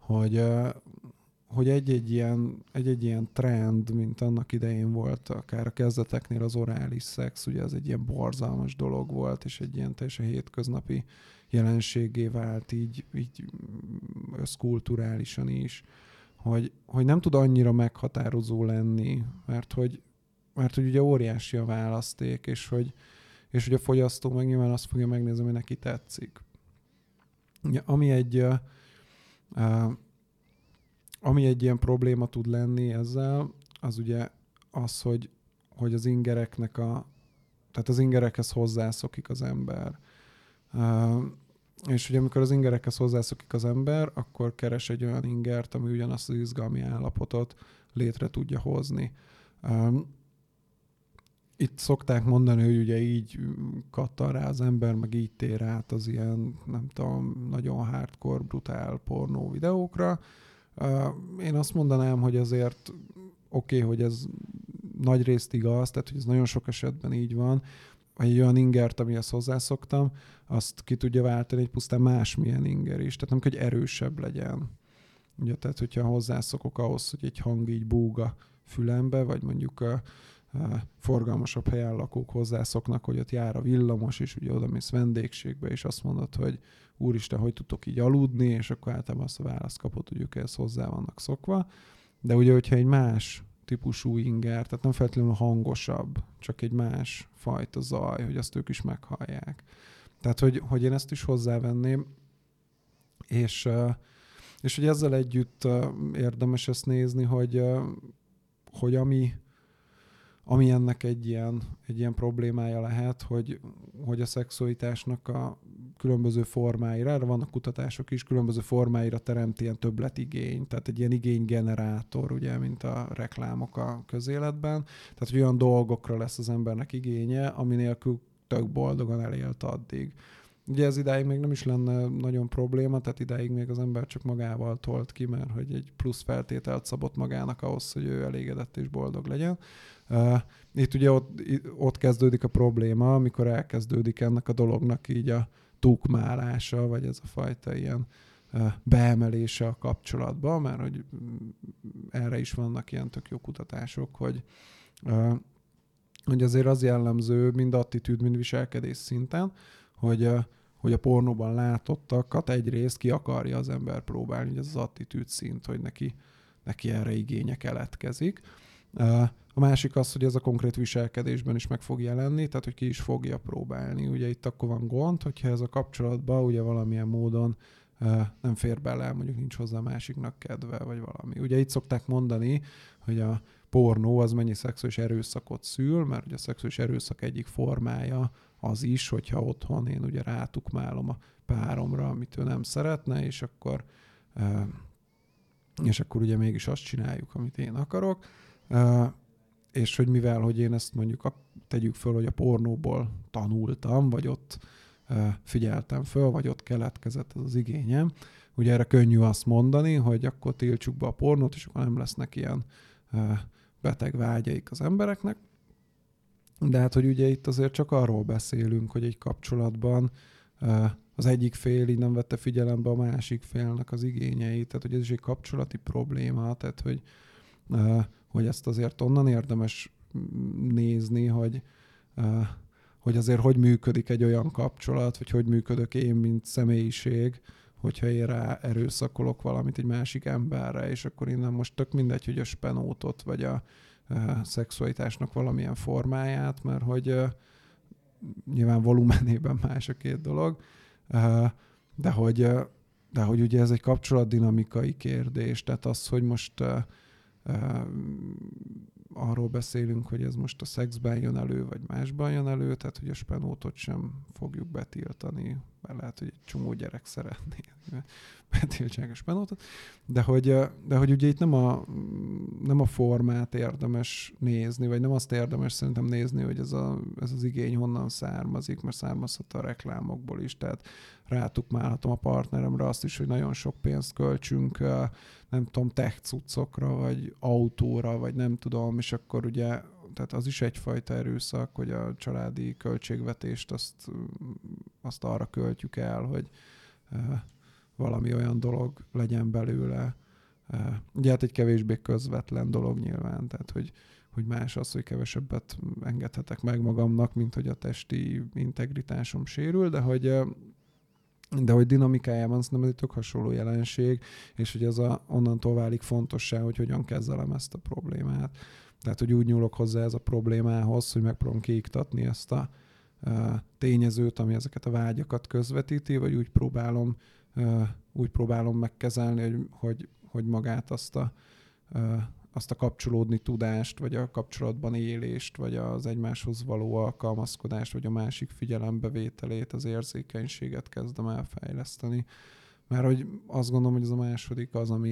Speaker 3: hogy egy-egy ilyen trend, mint annak idején volt, akár a kezdeteknél az orális szex, ugye ez egy ilyen borzalmas dolog volt, és egy ilyen teljesen hétköznapi jelenségé vált így összkulturálisan is, hogy nem tud annyira meghatározó lenni, mert hogy ugye óriási a választék, és hogy a fogyasztó meg nyilván azt fogja megnézni, hogy neki tetszik. Ami egy ilyen probléma tud lenni ezzel, az ugye az, hogy az ingereknek tehát az ingerekhez hozzászokik az ember. És ugye amikor az ingerekhez hozzászokik az ember, akkor keres egy olyan ingert, ami ugyanazt az izgalmi állapotot létre tudja hozni. Itt szokták mondani, hogy ugye így kattan rá az ember, meg így tér át az ilyen, nem tudom, nagyon hardcore, brutál pornó videókra. Én azt mondanám, hogy azért oké, hogy ez nagy részt igaz, tehát hogy ez nagyon sok esetben így van, egy olyan ingert, amihez hozzászoktam, azt ki tudja váltani egy pusztán másmilyen inger is, tehát nem kell, hogy erősebb legyen. Ugye, tehát hogyha hozzászokok ahhoz, hogy egy hang így búg a fülembe, vagy mondjuk a forgalmasabb helyen lakók hozzászoknak, hogy ott jár a villamos, és ugye oda mész vendégségbe, és azt mondod, hogy úristen, hogy tudtok így aludni, és akkor általában azt a választ kapod, hogy ők ehhez hozzá vannak szokva. De ugye, hogyha egy más típusú inger, tehát nem feltétlenül hangosabb, csak egy más fajta zaj, hogy azt ők is meghallják. Tehát, hogy én ezt is hozzávenném, és hogy ezzel együtt érdemes ezt nézni, hogy ami ennek egy ilyen problémája lehet, hogy a szexualitásnak a különböző formáira, erre vannak kutatások is, különböző formáira teremt ilyen többletigény, tehát egy ilyen igénygenerátor, ugye, mint a reklámok a közéletben. Tehát, hogy olyan dolgokra lesz az embernek igénye, ami nélkül tök boldogan elélt addig. Ugye ez idáig még nem is lenne nagyon probléma, tehát idáig még az ember csak magával tolt ki, mert hogy egy plusz feltételt szabott magának ahhoz, hogy ő elégedett és boldog legyen. Itt ugye ott kezdődik a probléma, amikor elkezdődik ennek a dolognak így a tukmálása, vagy ez a fajta ilyen beemelése a kapcsolatba, mert hogy erre is vannak ilyen tök jó kutatások, hogy azért az jellemző mind attitűd, mind viselkedés szinten, hogy a pornóban látottakat egyrészt ki akarja az ember próbálni, hogy ez az attitűd szint, hogy neki erre igénye keletkezik. A másik az, hogy ez a konkrét viselkedésben is meg fog jelenni, tehát hogy ki is fogja próbálni. Ugye itt akkor van gond, hogyha ez a kapcsolatban ugye valamilyen módon nem fér bele, mondjuk nincs hozzá a másiknak kedve, vagy valami. Ugye itt szokták mondani, hogy a pornó az mennyi szexuális erőszakot szül, mert ugye a szexuális erőszak egyik formája az is, hogyha otthon én ugye rátukmálom a páromra, amit ő nem szeretne, és akkor ugye mégis azt csináljuk, amit én akarok. És hogy mivel, hogy én ezt mondjuk tegyük föl, hogy a pornóból tanultam, vagy ott figyeltem föl, vagy ott keletkezett az igényem. Ugye erre könnyű azt mondani, hogy akkor tiltsuk be a pornót, és akkor nem lesznek ilyen beteg vágyaik az embereknek. De hát, hogy ugye itt azért csak arról beszélünk, hogy egy kapcsolatban az egyik fél így nem vette figyelembe a másik félnek az igényeit, tehát hogy ez is egy kapcsolati probléma, tehát hogy ezt azért onnan érdemes nézni, hogy azért hogy működik egy olyan kapcsolat, vagy hogy működök én, mint személyiség, hogyha én rá erőszakolok valamit egy másik emberre, és akkor innen most tök mindegy, hogy a spenótot, vagy a szexualitásnak valamilyen formáját, mert hogy nyilván volumenében más a két dolog, de hogy ugye ez egy kapcsolatdinamikai kérdés, tehát az, hogy most arról beszélünk, hogy ez most a szexben jön elő, vagy másban jön elő, tehát hogy a spenótot sem fogjuk betiltani, mert lehet, hogy egy csomó gyerek szeretné betiltsák a spenótot, de hogy ugye itt nem a formát érdemes nézni, vagy nem azt érdemes szerintem nézni, hogy ez az igény honnan származik, mert származhat a reklámokból is, tehát rátukmálhatom a partneremre azt is, hogy nagyon sok pénzt költsünk, nem tudom, tech cuccokra, vagy autóra, vagy nem tudom, és akkor ugye, tehát az is egyfajta erőszak, hogy a családi költségvetést azt arra költjük el, hogy valami olyan dolog legyen belőle. Ugye hát egy kevésbé közvetlen dolog nyilván, tehát hogy más az, hogy kevesebbet engedhetek meg magamnak, mint hogy a testi integritásom sérül, de hogy dinamikájában szerintem ez egy tök hasonló jelenség, és hogy ez onnantól válik fontossá, hogy hogyan kezelem ezt a problémát. Tehát, hogy úgy nyúlok hozzá ez a problémához, hogy megpróbálom kiiktatni ezt a tényezőt, ami ezeket a vágyakat közvetíti, vagy úgy próbálom megkezelni, hogy magát azt a kapcsolódni tudást, vagy a kapcsolatban élést, vagy az egymáshoz való alkalmazkodást, vagy a másik figyelembevételét, az érzékenységet kezdem el fejleszteni. Mert hogy azt gondolom, hogy ez a második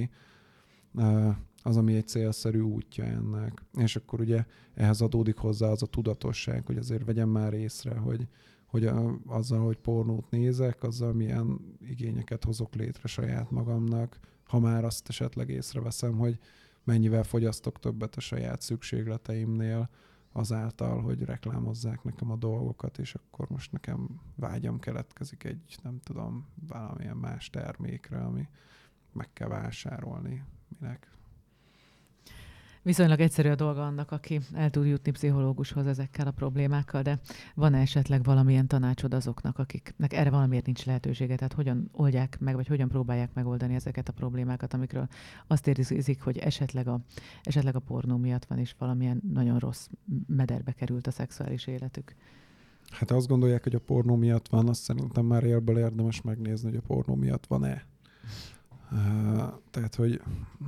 Speaker 3: az, ami egy célszerű útja ennek. És akkor ugye ehhez adódik hozzá az a tudatosság, hogy azért vegyem már észre, hogy azzal, hogy pornót nézek, azzal milyen igényeket hozok létre saját magamnak, ha már azt esetleg észreveszem, hogy mennyivel fogyasztok többet a saját szükségleteimnél azáltal, hogy reklámozzák nekem a dolgokat, és akkor most nekem vágyam keletkezik egy, nem tudom, valamilyen más termékre, ami meg kell vásárolni. Minek?
Speaker 2: Viszonylag egyszerű a dolga annak, aki el tud jutni pszichológushoz ezekkel a problémákkal, de van-e esetleg valamilyen tanácsod azoknak, akiknek erre valamiért nincs lehetősége, tehát hogyan oldják meg, vagy hogyan próbálják megoldani ezeket a problémákat, amikről azt érzik, hogy esetleg a pornó miatt van, és valamilyen nagyon rossz mederbe került a szexuális életük?
Speaker 3: Hát azt gondolják, hogy a pornó miatt van, azt szerintem már élből érdemes megnézni, hogy a pornó miatt van-e. Tehát, hogy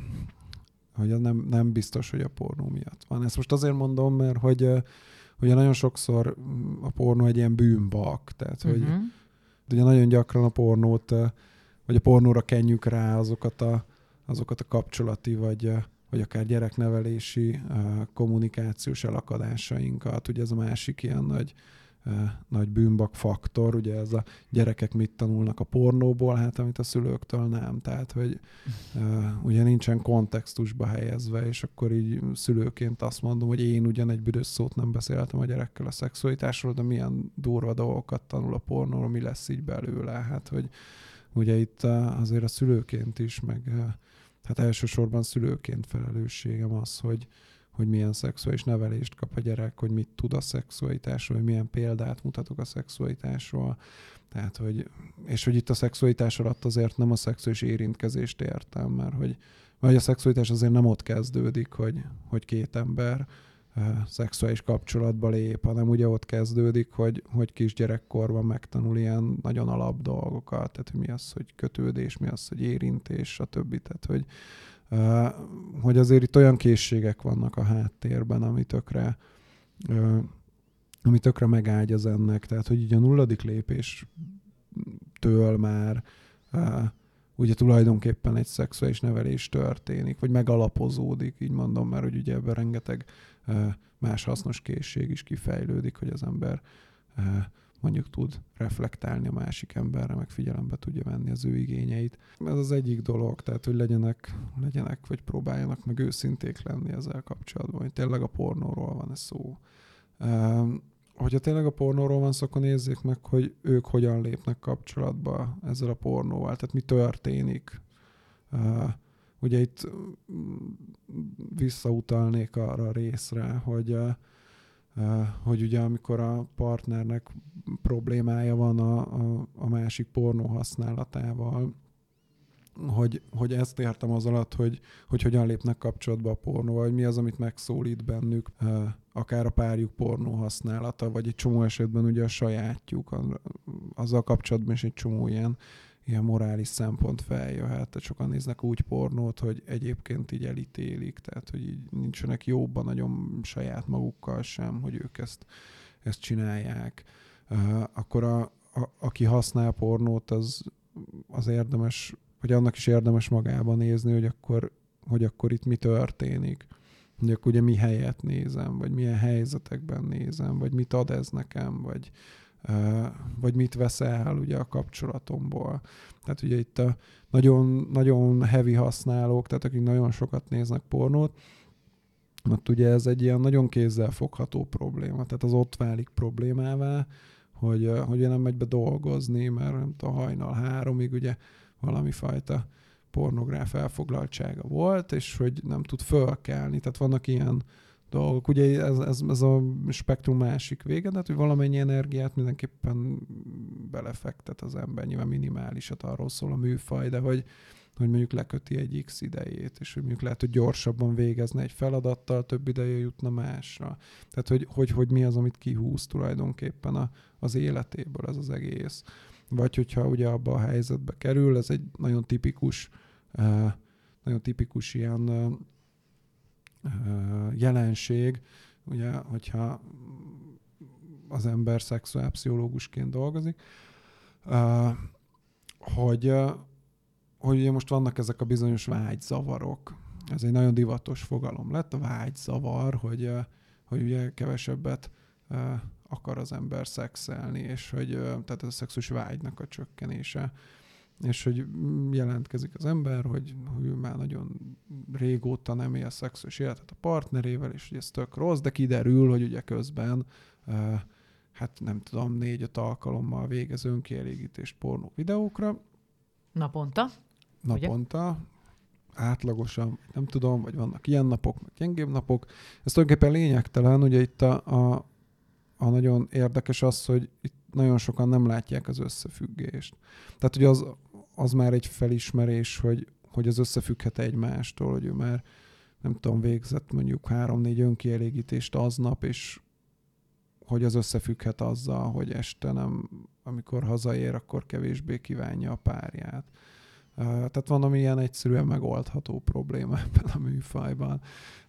Speaker 3: nem biztos, hogy a pornó miatt van. Ezt most azért mondom, mert hogy ugye nagyon sokszor a pornó egy ilyen bűnbak, tehát hogy ugye nagyon gyakran a pornót, vagy a pornóra kenjük rá azokat a kapcsolati, vagy akár gyereknevelési kommunikációs elakadásainkat. Ugye ez a másik ilyen nagy bűnbak faktor, ugye ez a gyerekek mit tanulnak a pornóból, hát amit a szülőktől nem. Tehát, hogy ugye nincsen kontextusba helyezve, és akkor így szülőként azt mondom, hogy én ugyan egy büdös szót nem beszéltem a gyerekkel a szexualitásról, de milyen durva dolgokat tanul a pornóról, mi lesz így belőle. Hát, hogy ugye itt azért a szülőként is, meg hát elsősorban szülőként felelősségem az, hogy hogy milyen szexuális nevelést kap a gyerek, hogy mit tud a szexualitásról, hogy milyen példát mutatok a szexualitásról. Tehát, hogy itt a szexualitás alatt azért nem a szexuális érintkezést értem, mert hogy a szexualitás azért nem ott kezdődik, hogy két ember szexuális kapcsolatba lép, hanem ugye ott kezdődik, hogy kisgyerekkorban megtanul ilyen nagyon alap dolgokat, tehát hogy mi az, hogy kötődés, mi az, hogy érintés, stb. Tehát, hogy azért itt olyan készségek vannak a háttérben, ami tökre megágyaz ennek. Tehát, hogy így a 0. lépéstől már ugye tulajdonképpen egy szexuális nevelés történik, vagy megalapozódik, így mondom, mert hogy ugye ebben rengeteg más hasznos készség is kifejlődik, hogy az ember mondjuk tud reflektálni a másik emberre, meg figyelembe tudja venni az ő igényeit. Ez az egyik dolog, tehát hogy legyenek, vagy próbáljanak meg őszinték lenni ezzel kapcsolatban, hogy tényleg a pornóról van ez szó. Hogyha tényleg a pornóról van szó, akkor nézzék meg, hogy ők hogyan lépnek kapcsolatba ezzel a pornóval, tehát mi történik. Ugye itt visszautalnék arra a részre, hogy ugye amikor a partnernek problémája van a másik pornó használatával, hogy ezt értem az alatt, hogy hogyan lépnek kapcsolatba a pornóval, hogy mi az, amit megszólít bennük, akár a párjuk pornó használata, vagy egy csomó esetben ugye a sajátjuk, azzal kapcsolatban is egy csomó ilyen morális szempont feljöhet. Tehát sokan néznek úgy pornót, hogy egyébként így elítélik, tehát hogy így nincsenek jóban nagyon saját magukkal sem, hogy ők ezt csinálják. Akkor aki használ pornót, az érdemes, vagy annak is érdemes magában nézni, hogy akkor itt mi történik. Hogy akkor ugye mi helyet nézem, vagy milyen helyzetekben nézem, vagy mit ad ez nekem, vagy mit vesz el ugye a kapcsolatomból. Tehát ugye itt a nagyon, nagyon heavy használók, tehát akik nagyon sokat néznek pornót, ott ugye ez egy ilyen nagyon kézzelfogható probléma. Tehát az ott válik problémává, hogy nem megy be dolgozni, mert nem tudom, hajnal 3-ig ugye valami fajta pornográf elfoglaltsága volt, és hogy nem tud fölkelni. Tehát vannak ilyen dolgok. Ugye ez a spektrum másik vége, de hogy valamennyi energiát mindenképpen belefektet az ember. Nyilván minimálisat, arról szól a műfaj, de hogy mondjuk leköti egy X idejét, és hogy mondjuk lehet, hogy gyorsabban végezne egy feladattal, több ideje jutna másra. Tehát, hogy mi az, amit kihúz tulajdonképpen az életéből ez az egész. Vagy hogyha ugye abba a helyzetbe kerül, ez egy nagyon tipikus ilyen jelenség, ugye, hogyha az ember szexuálpszichológusként dolgozik, hogy ugye most vannak ezek a bizonyos vágyzavarok. Ez egy nagyon divatos fogalom lett, a vágyzavar, hogy ugye kevesebbet akar az ember szexelni, és hogy tehát a szexuális vágynak a csökkenése, és hogy jelentkezik az ember, hogy ő már nagyon régóta nem él szexuális életet a partnerével, és hogy ez tök rossz, de kiderül, hogy ugye közben hát nem tudom, 4-5 alkalommal végez önkielégítést pornó videókra.
Speaker 2: Naponta?
Speaker 3: Átlagosan, nem tudom, vagy vannak ilyen napok, meg gyengébb napok. Ez tulajdonképpen lényegtelen, ugye itt a nagyon érdekes az, hogy itt nagyon sokan nem látják az összefüggést. Tehát ugye az már egy felismerés, hogy az összefügghet egymástól, hogy ő már nem tudom, végzett mondjuk 3-4 önkielégítést aznap, és hogy az összefügghet azzal, hogy este nem, amikor hazaér, akkor kevésbé kívánja a párját. Tehát van, ami ilyen egyszerűen megoldható probléma ebben a műfajban.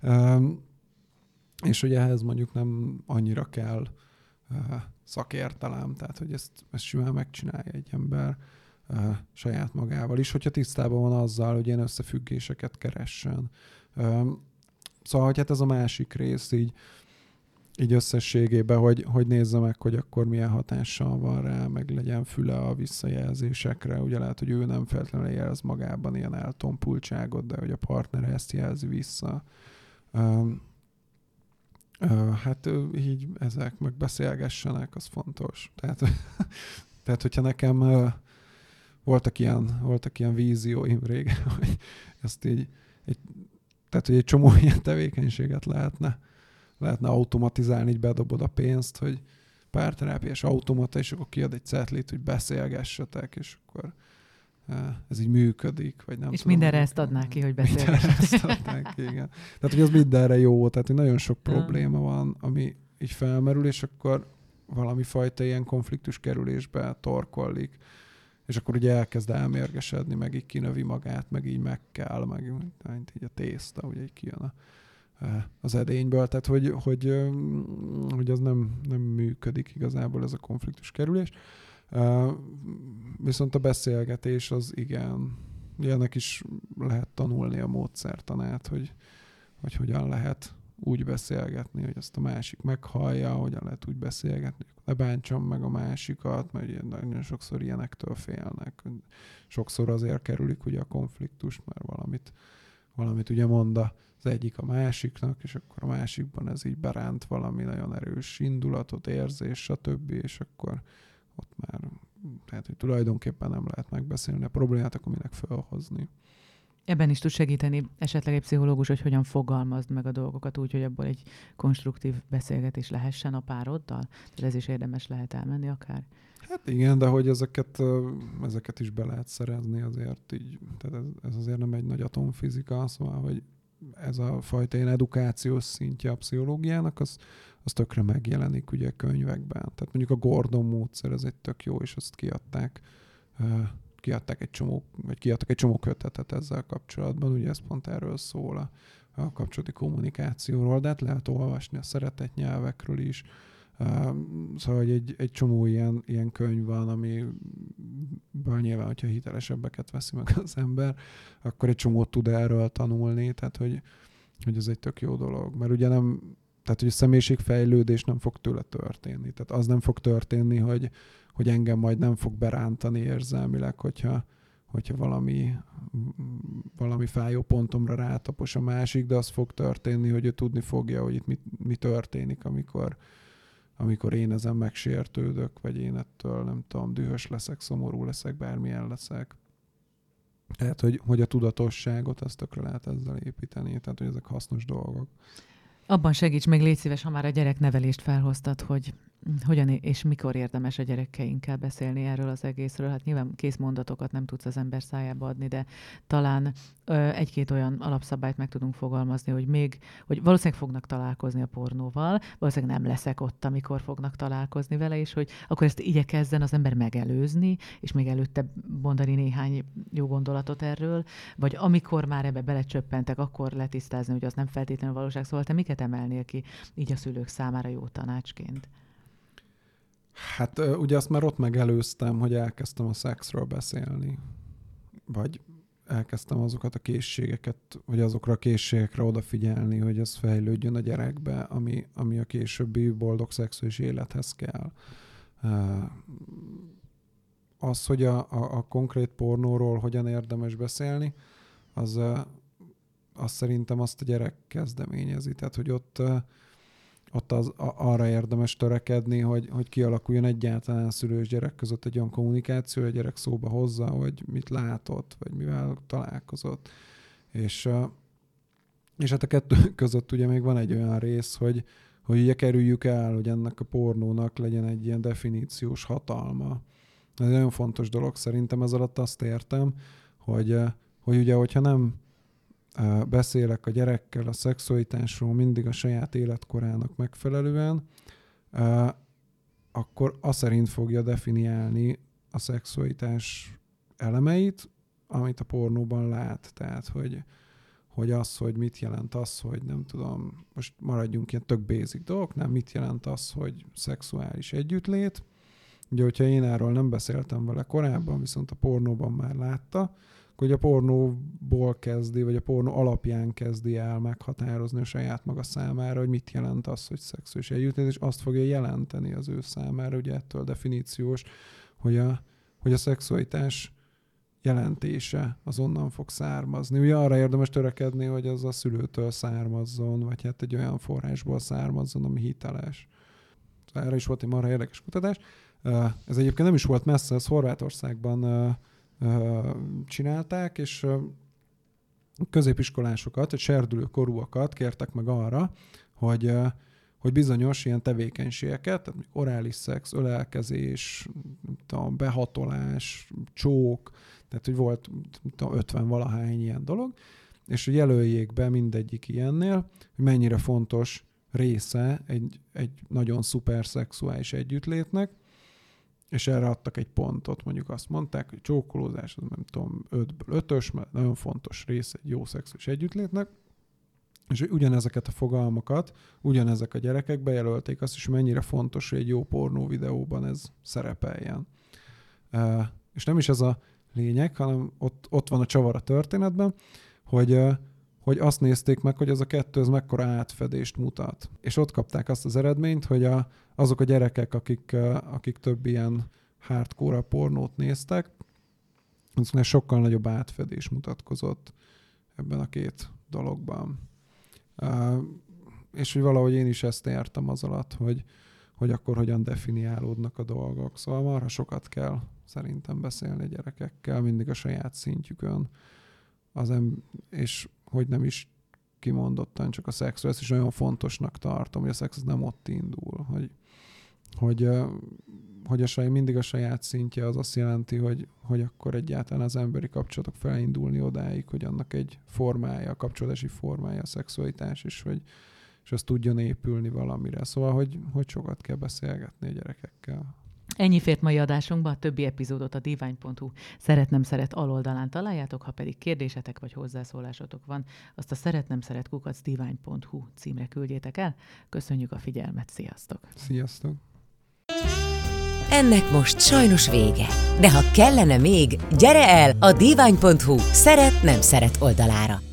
Speaker 3: És hogy ehhez mondjuk nem annyira kell szakértelem, tehát hogy ezt simán megcsinálja egy ember saját magával is, hogyha tisztában van azzal, hogy ilyen összefüggéseket keressen. Szóval, hogy hát ez a másik rész így összességében, hogy nézze meg, hogy akkor milyen hatással van rá, meg legyen füle a visszajelzésekre. Ugye lehet, hogy ő nem feltétlenül jelez magában ilyen eltompultságot, de hogy a partner ezt jelzi vissza. Hát így ezek meg beszélgessenek, az fontos. Tehát hogyha nekem voltak ilyen vízióim régen, hogy ezt így Tehát, hogy egy csomó ilyen tevékenységet lehetne automatizálni, így bedobod a pénzt, hogy párterápiás automata, és akkor kiad egy cetlit, hogy beszélgessetek, és akkor ez így működik, vagy nem
Speaker 2: és
Speaker 3: tudom.
Speaker 2: mindenre ezt adnák ki, hogy beszélgessetek.
Speaker 3: Mindenre ezt adnák ki, igen. Tehát, hogy az mindenre jó, tehát, hogy nagyon sok probléma van, ami így felmerül, és akkor valami fajta ilyen konfliktus kerülésbe torkollik, és akkor ugye elkezd elmérgesedni, meg így kinövi magát, meg így meg kell, meg így a tészta, ugye így kijön az edényből, tehát hogy az nem működik igazából ez a konfliktus kerülés. Viszont a beszélgetés az igen, ennek is lehet tanulni a módszertanát, hogy hogyan lehet úgy beszélgetni, hogy azt a másik meghallja, hogyan lehet úgy beszélgetni, hogy ne bántsam meg a másikat, mert nagyon sokszor ilyenektől félnek. Sokszor azért kerülik ugye a konfliktust, mert valamit ugye mond az egyik a másiknak, és akkor a másikban ez így beránt valami nagyon erős indulatot, érzés, stb., és akkor ott már, tehát hogy tulajdonképpen nem lehet megbeszélni a problémát, akkor minek felhozni.
Speaker 2: Ebben is tud segíteni esetleg egy pszichológus, hogy hogyan fogalmazd meg a dolgokat úgy, hogy abból egy konstruktív beszélgetés lehessen a pároddal? Tehát ez is érdemes lehet elmenni akár?
Speaker 3: Hát igen, de hogy ezeket is be lehet szerezni azért így, tehát ez azért nem egy nagy atomfizika, szóval, hogy ez a fajta ilyen edukációs szintje a pszichológiának, az tökre megjelenik ugye a könyvekben. Tehát mondjuk a Gordon módszer, ez egy tök jó, és azt kiadtak egy csomó kötetet ezzel kapcsolatban, ugye ez pont erről szól a kapcsolati kommunikációról, de hát lehet olvasni a szeretett nyelvekről is. Szóval egy csomó ilyen könyv van, amiből nyilván, hogyha hitelesebbeket veszi meg az ember, akkor egy csomót tud erről tanulni, tehát hogy ez egy tök jó dolog. Mert ugye tehát hogy a személyiségfejlődés nem fog tőle történni. Tehát az nem fog történni, hogy engem majd nem fog berántani érzelmileg, hogyha valami fájó pontomra rátapos a másik, de az fog történni, hogy ő tudni fogja, hogy itt mi történik, amikor én ezen megsértődök, vagy én ettől, nem tudom, dühös leszek, szomorú leszek, bármilyen leszek. Tehát, hogy a tudatosságot azt tökre lehet ezzel építeni, tehát, hogy ezek hasznos dolgok.
Speaker 2: Abban segíts meg, légy szíves, ha már a gyereknevelést felhoztad, hogy hogyan és mikor érdemes a gyerekeinkkel beszélni erről az egészről. Hát nyilván kész mondatokat nem tudsz az ember szájába adni, de talán egy-két olyan alapszabályt meg tudunk fogalmazni, hogy valószínűleg fognak találkozni a pornóval, valószínűleg nem leszek ott, amikor fognak találkozni vele, és hogy akkor ezt igyekezzen az ember megelőzni, és még előtte mondani néhány jó gondolatot erről, vagy amikor már ebbe belecsöppentek, akkor letisztázni, hogy az nem feltétlenül valóság. Szóval te miket emelnél ki így a szülők számára jó tanácsként?
Speaker 3: Hát ugye azt már ott megelőztem, hogy elkezdtem a szexről beszélni. Vagy elkezdtem azokat a készségeket, vagy azokra a készségekre odafigyelni, hogy ez fejlődjön a gyerekbe, ami a későbbi boldog szexuális élethez kell. Az, hogy a konkrét pornóról hogyan érdemes beszélni, az szerintem azt a gyerek kezdeményezi. Tehát, hogy ott arra érdemes törekedni, hogy kialakuljon egyáltalán a szülő és gyerek között egy olyan kommunikáció, hogy a gyerek szóba hozza, hogy mit látott, vagy mivel találkozott. És hát a kettő között ugye még van egy olyan rész, hogy ugye kerüljük el, hogy ennek a pornónak legyen egy ilyen definíciós hatalma. Ez egy nagyon fontos dolog szerintem, ez alatt azt értem, hogy ugye, hogyha nem beszélek a gyerekkel a szexualitásról mindig a saját életkorának megfelelően, akkor azt szerint fogja definiálni a szexualitás elemeit, amit a pornóban lát. Tehát, hogy mit jelent az, hogy nem tudom, most maradjunk ilyen tök basic dolgoknál, mit jelent az, hogy szexuális együttlét. Ugye, hogyha én erről nem beszéltem vele korábban, viszont a pornóban már látta, hogy a pornóból kezdi, vagy a pornó alapján kezdi el meghatározni a saját maga számára, hogy mit jelent az, hogy szexuális együttlét, és azt fogja jelenteni az ő számára, ugye ettől definíciós, hogy a szexualitás jelentése az onnan fog származni. Ugye arra érdemes törekedni, hogy az a szülőtől származzon, vagy hát egy olyan forrásból származzon, ami hiteles. Erre is volt egy marha érdekes kutatás. Ez egyébként nem is volt messze, ez Horvátországban csinálták, és középiskolásokat, vagy serdülő korúakat kértek meg arra, hogy bizonyos ilyen tevékenységeket, tehát orális szex, ölelkezés, behatolás, csók, tehát hogy volt 50-valahány ilyen dolog, és hogy jelöljék be mindegyik ilyennél, hogy mennyire fontos része egy nagyon szuper szexuális együttlétnek, és erre adtak egy pontot, mondjuk azt mondták, hogy csókolózás, az nem tudom, 5-ből 5-ös, mert nagyon fontos része egy jó szexuális együttlétnek, és ugyanezeket a fogalmakat, ugyanezek a gyerekek bejelölték azt is, hogy mennyire fontos, hogy egy jó pornó videóban ez szerepeljen. És nem is ez a lényeg, hanem ott van a csavar a történetben, hogy azt nézték meg, hogy ez a kettő, ez mekkora átfedést mutat. És ott kapták azt az eredményt, hogy azok a gyerekek, akik több ilyen hardcore pornót néztek, azoknak sokkal nagyobb átfedés mutatkozott ebben a két dologban. És hogy valahogy én is ezt értem az alatt, hogy akkor hogyan definiálódnak a dolgok. Szóval marha sokat kell szerintem beszélni a gyerekekkel, mindig a saját szintjükön. És hogy nem is kimondottan csak a szexről, ezt is nagyon fontosnak tartom, hogy a szex az nem ott indul, hogy mindig a saját szintje az azt jelenti, hogy akkor egyáltalán az emberi kapcsolatok felindulni odáig, hogy annak egy formája, a kapcsolódási formája a szexualitás, és az tudjon épülni valamire. Szóval, hogy sokat kell beszélgetni a gyerekekkel.
Speaker 2: Ennyi fért mai adásunkba, a többi epizódot a divány.hu szeret-nem-szeret aloldalán találjátok, ha pedig kérdésetek vagy hozzászólásotok van, azt a szeretnemszeret@divány.hu címre küldjétek el. Köszönjük a figyelmet, sziasztok!
Speaker 3: Sziasztok!
Speaker 1: Ennek most sajnos vége. De ha kellene még, gyere el a divány.hu szeret-nem-szeret oldalára.